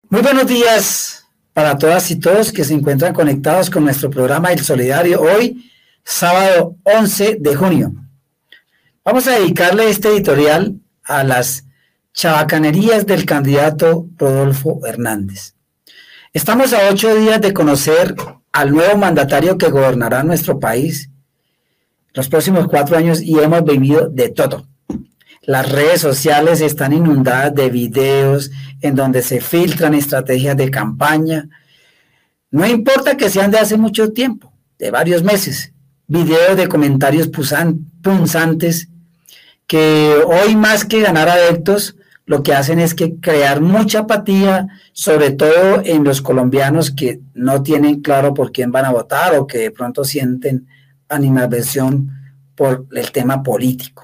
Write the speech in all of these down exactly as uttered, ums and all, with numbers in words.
Muy buenos días para todas y todos que se encuentran conectados con nuestro programa El Solidario hoy, sábado once de junio. Vamos a dedicarle este editorial a las chabacanerías del candidato Rodolfo Hernández. Estamos a ocho días de conocer al nuevo mandatario que gobernará nuestro país los próximos cuatro años y hemos vivido de todo. Las redes sociales están inundadas de videos en donde se filtran estrategias de campaña. No importa que sean de hace mucho tiempo, de varios meses, videos de comentarios punzantes que hoy más que ganar adeptos, lo que hacen es que crear mucha apatía, sobre todo en los colombianos que no tienen claro por quién van a votar o que de pronto sienten animadversión por el tema político.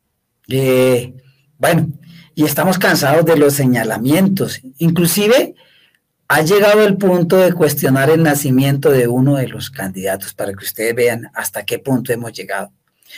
Eh, bueno, y estamos cansados de los señalamientos. Inclusive ha llegado el punto de cuestionar el nacimiento de uno de los candidatos, para que ustedes vean hasta qué punto hemos llegado.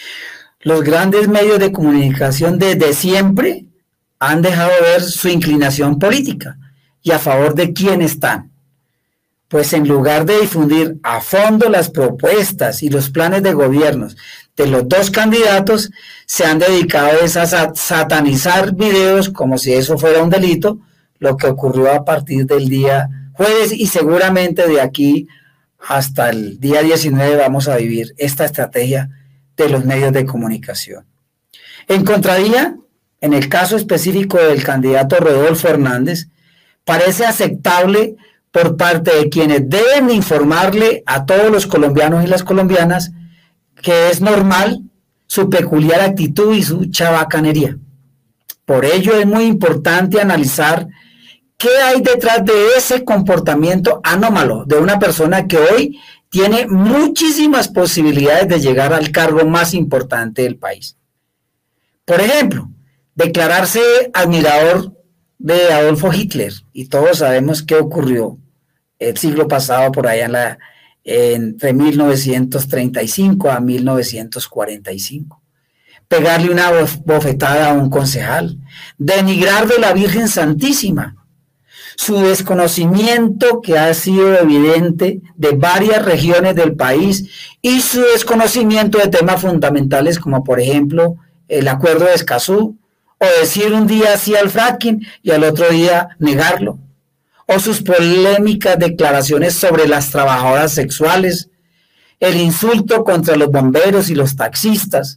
Los grandes medios de comunicación desde siempre han dejado ver su inclinación política y a favor de quién están. Pues en lugar de difundir a fondo las propuestas y los planes de gobiernos de los dos candidatos, se han dedicado a satanizar videos como si eso fuera un delito, lo que ocurrió a partir del día jueves y seguramente de aquí hasta el día diecinueve vamos a vivir esta estrategia de los medios de comunicación. En contradía, en el caso específico del candidato Rodolfo Hernández, parece aceptable por parte de quienes deben informarle a todos los colombianos y las colombianas que es normal su peculiar actitud y su chabacanería. Por ello es muy importante analizar qué hay detrás de ese comportamiento anómalo de una persona que hoy tiene muchísimas posibilidades de llegar al cargo más importante del país. Por ejemplo, declararse admirador de Adolfo Hitler, y todos sabemos qué ocurrió el siglo pasado por allá en la, entre mil novecientos treinta y cinco a mil novecientos cuarenta y cinco. Pegarle una bofetada a un concejal, denigrar de la Virgen Santísima, su desconocimiento que ha sido evidente de varias regiones del país y su desconocimiento de temas fundamentales como por ejemplo el acuerdo de Escazú, o decir un día sí al fracking y al otro día negarlo, o sus polémicas declaraciones sobre las trabajadoras sexuales, el insulto contra los bomberos y los taxistas,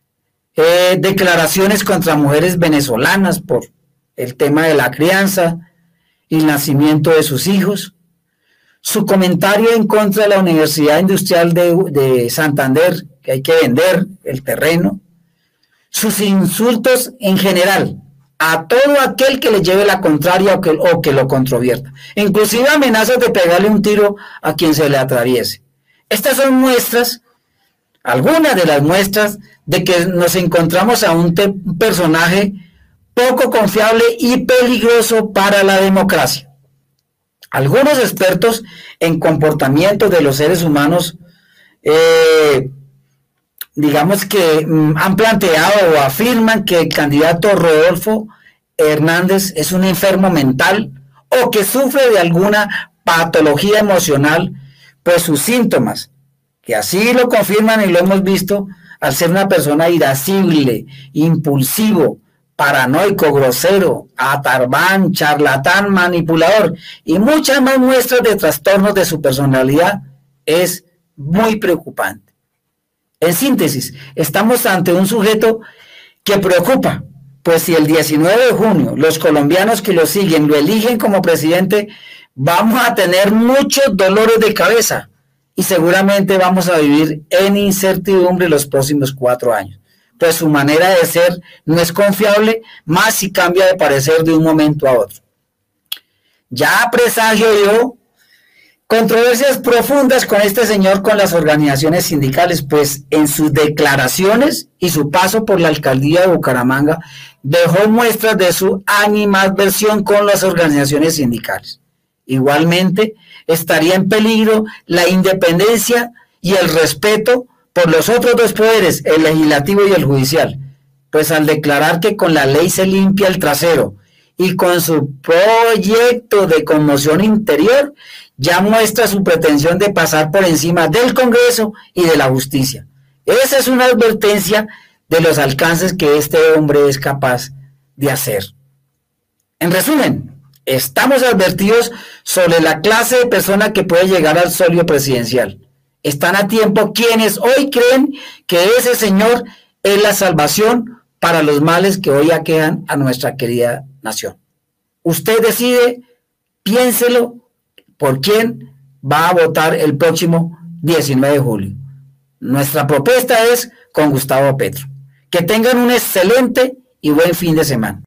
eh, declaraciones contra mujeres venezolanas por el tema de la crianza y el nacimiento de sus hijos, su comentario en contra de la Universidad Industrial de, de Santander, que hay que vender el terreno, sus insultos en general a todo aquel que le lleve la contraria o que, o que lo controvierta, inclusive amenazas de pegarle un tiro a quien se le atraviese. Estas son muestras, algunas de las muestras de que nos encontramos a un personaje poco confiable y peligroso para la democracia. Algunos expertos en comportamiento de los seres humanos eh, digamos que mm, han planteado o afirman que el candidato Rodolfo Hernández es un enfermo mental o que sufre de alguna patología emocional, pues sus síntomas, que así lo confirman y lo hemos visto, al ser una persona irascible, impulsivo, paranoico, grosero, atarbán, charlatán, manipulador y muchas más muestras de trastornos de su personalidad, es muy preocupante. En síntesis, estamos ante un sujeto que preocupa, pues si el diecinueve de junio los colombianos que lo siguen lo eligen como presidente, vamos a tener muchos dolores de cabeza y seguramente vamos a vivir en incertidumbre los próximos cuatro años, pues su manera de ser no es confiable, más si cambia de parecer de un momento a otro. Ya presagio yo controversias profundas con este señor con las organizaciones sindicales, pues en sus declaraciones y su paso por la alcaldía de Bucaramanga dejó muestras de su animadversión con las organizaciones sindicales. Igualmente, estaría en peligro la independencia y el respeto por los otros dos poderes, el legislativo y el judicial, pues al declarar que con la ley se limpia el trasero y con su proyecto de conmoción interior ya muestra su pretensión de pasar por encima del Congreso y de la justicia. Esa es una advertencia de los alcances que este hombre es capaz de hacer. En resumen, estamos advertidos sobre la clase de persona que puede llegar al solio presidencial. Están a tiempo quienes hoy creen que ese señor es la salvación para los males que hoy aquejan a nuestra querida nación. Usted decide, piénselo, por quién va a votar el próximo diecinueve de julio. Nuestra propuesta es con Gustavo Petro. Que tengan un excelente y buen fin de semana.